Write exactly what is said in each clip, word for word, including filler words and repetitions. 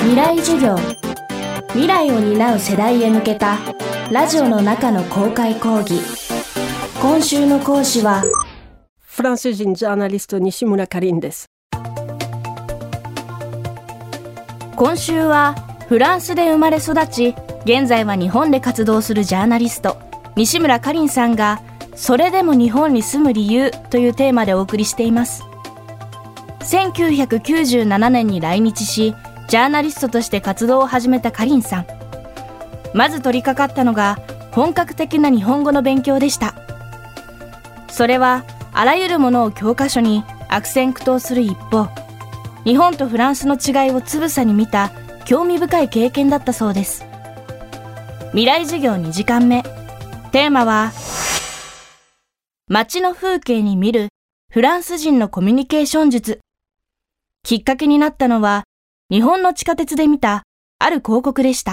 未来授業、未来を担う世代へ向けたラジオの中の公開講義。今週の講師はフランス人ジャーナリスト西村かりんです。 今週はフランスで生まれ育ち、現在は日本で活動するジャーナリスト西村かりんさんが、それでも日本に住む理由というテーマでお送りしています。せんきゅうひゃくきゅうじゅうななねんに来日し、ジャーナリストとして活動を始めたかりんさん。まず取り掛かったのが本格的な日本語の勉強でした。それはあらゆるものを教科書に悪戦苦闘する一方、日本とフランスの違いをつぶさに見た興味深い経験だったそうです。未来授業にじかんめ、テーマは街の風景に見るフランス人のコミュニケーション術。きっかけになったのは日本の地下鉄で見たある広告でした。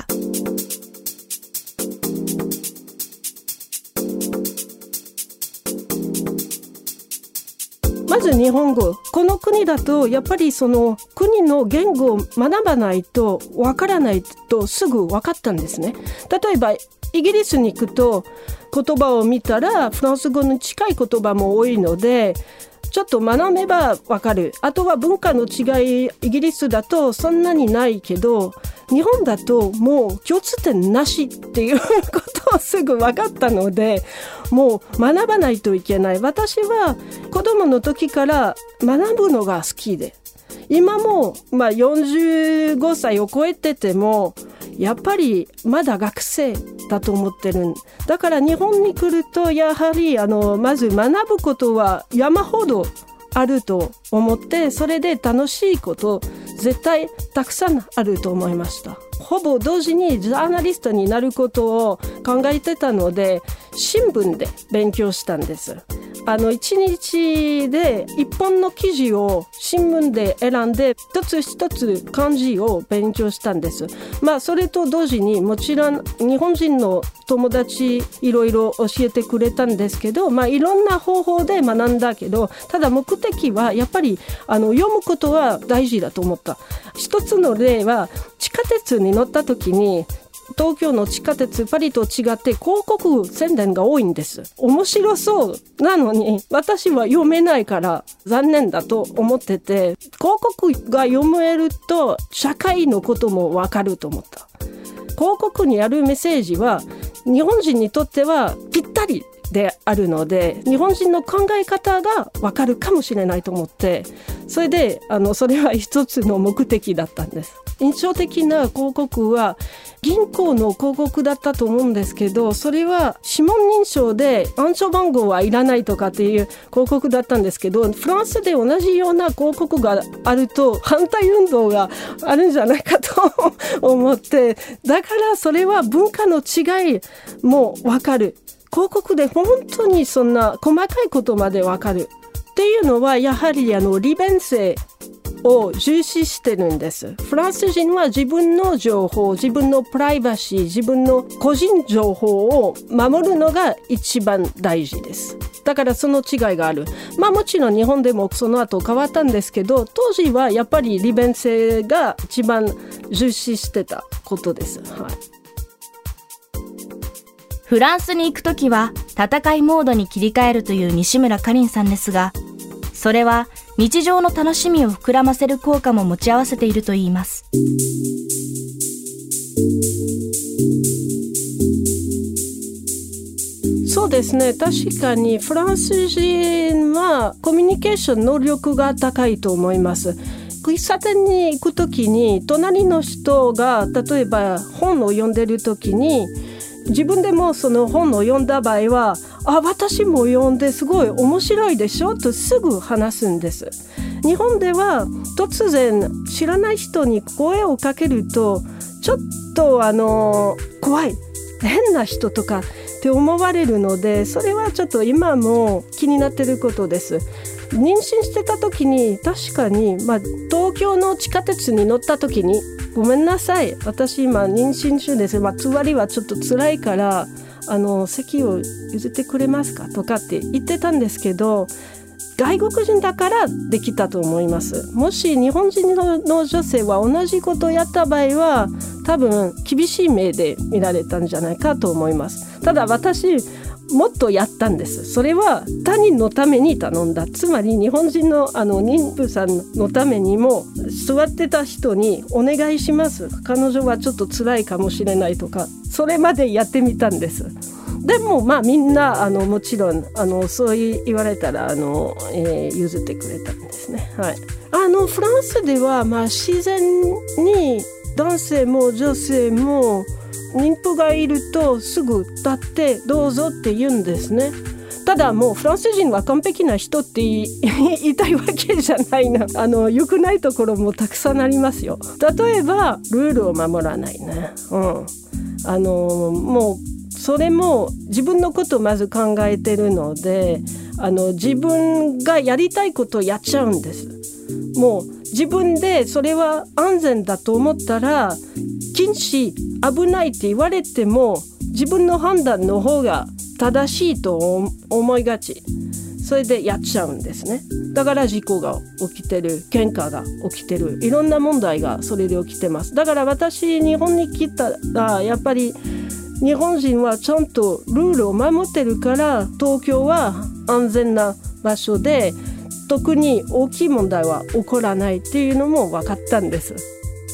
まず日本語。この国だとやっぱりその国の言語を学ばないとわからないとすぐ分かったんですね。例えばイギリスに行くと言葉を見たらフランス語に近い言葉も多いので、ちょっと学べばわかる。あとは文化の違い、イギリスだとそんなにないけど、日本だともう共通点なしっていうことをすぐ分かったので、もう学ばないといけない。私は子供の時から学ぶのが好きで、今もまあよんじゅうごさいを超えててもやっぱりまだ学生だと思ってる。だから日本に来るとやはりあのまず学ぶことは山ほどあると思って、それで楽しいこと絶対たくさんあると思いました。ほぼ同時にジャーナリストになることを考えてたので、新聞で勉強したんです。あの一日で一本の記事を新聞で選んで一つ一つ漢字を勉強したんです。まあそれと同時にもちろん日本人の友達いろいろ教えてくれたんですけど、まあいろんな方法で学んだけど、ただ目的はやっぱりあの読むことは大事だと思った。一つの例は地下鉄に乗った時に、東京の地下鉄パリと違って広告宣伝が多いんです。面白そうなのに私は読めないから残念だと思ってて、広告が読めると社会のこともわかると思った。広告にあるメッセージは日本人にとってはぴったりであるので、日本人の考え方がわかるかもしれないと思って、それであのそれは一つの目的だったんです。印象的な広告は銀行の広告だったと思うんですけど、それは指紋認証で暗証番号はいらないとかっていう広告だったんですけど、フランスで同じような広告があると反対運動があるんじゃないかと思って、だからそれは文化の違いもわかる。広告で本当にそんな細かいことまでわかるっていうのは、やはりあの利便性を重視してるんです。フランス人は自分の情報、自分のプライバシー、自分の個人情報を守るのが一番大事です。だからその違いがある。まあもちろん日本でもその後変わったんですけど、当時はやっぱり利便性が一番重視してたことです。はい。 フランスに行くときは戦いモードに切り替えるという西村かりんさんですが、それは日常の楽しみを膨らませる効果も持ち合わせているといいます。 そうですね。確かにフランス人はコミュニケーション能力が高いと思います。喫茶店に行くときに隣の人が例えば本を読んでるときに、自分でもその本を読んだ場合は、あ、私も読んですごい面白いでしょとすぐ話すんです。日本では突然知らない人に声をかけるとちょっとあの怖い、変な人とかって思われるので、それはちょっと今も気になってることです。妊娠してた時に確かに、まあ、東京の地下鉄に乗った時に、ごめんなさい、私今妊娠中です、まあ、つわりはちょっと辛いからあの席を譲ってくれますかとかって言ってたんですけど、 外国人だからできたと思います。もし日本人 の, の女性は同じことをやった場合は多分厳しい目で見られたんじゃないかと思います。ただ私もっとやったんです。それは他人のために頼んだ。つまり日本人 の, あの妊婦さんのためにも座ってた人にお願いします、彼女はちょっと辛いかもしれないとか、それまでやってみたんです。でもまあみんなあのもちろんあのそう言われたらあの、えー、譲ってくれたんですね、はい、あのフランスではまあ自然に男性も女性も妊婦がいるとすぐ立ってどうぞって言うんですね。ただもうフランス人は完璧な人って言いたいわけじゃないな。あの良くないところもたくさんありますよ。例えばルールを守らないね、うん、あのもうそれも自分のことをまず考えてるので、あの自分がやりたいことをやっちゃうんです。もう自分でそれは安全だと思ったら禁止危ないって言われても自分の判断の方が正しいと思いがち。それでやっちゃうんですね。だから事故が起きてる、喧嘩が起きてる、いろんな問題がそれで起きてます。だから私日本に来たらやっぱり日本人はちゃんとルールを守ってるから東京は安全な場所で特に大きい問題は起こらないっていうのも分かったんです。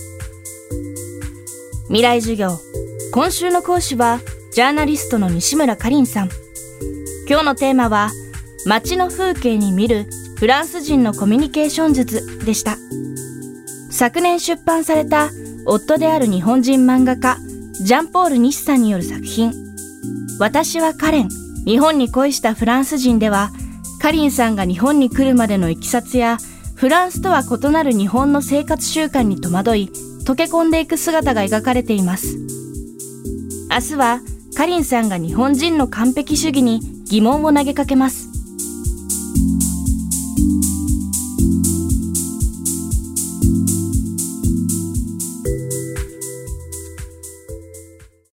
未来授業、今週の講師はジャーナリストの西村かりんさん。今日のテーマは街の風景に見るフランス人のコミュニケーション術でした。昨年出版された夫である日本人漫画家ジャンポール西さんによる作品私はカレン、日本に恋したフランス人では、カリンさんが日本に来るまでのいきさつやフランスとは異なる日本の生活習慣に戸惑い溶け込んでいく姿が描かれています。明日はカリンさんが日本人の完璧主義に疑問を投げかけます。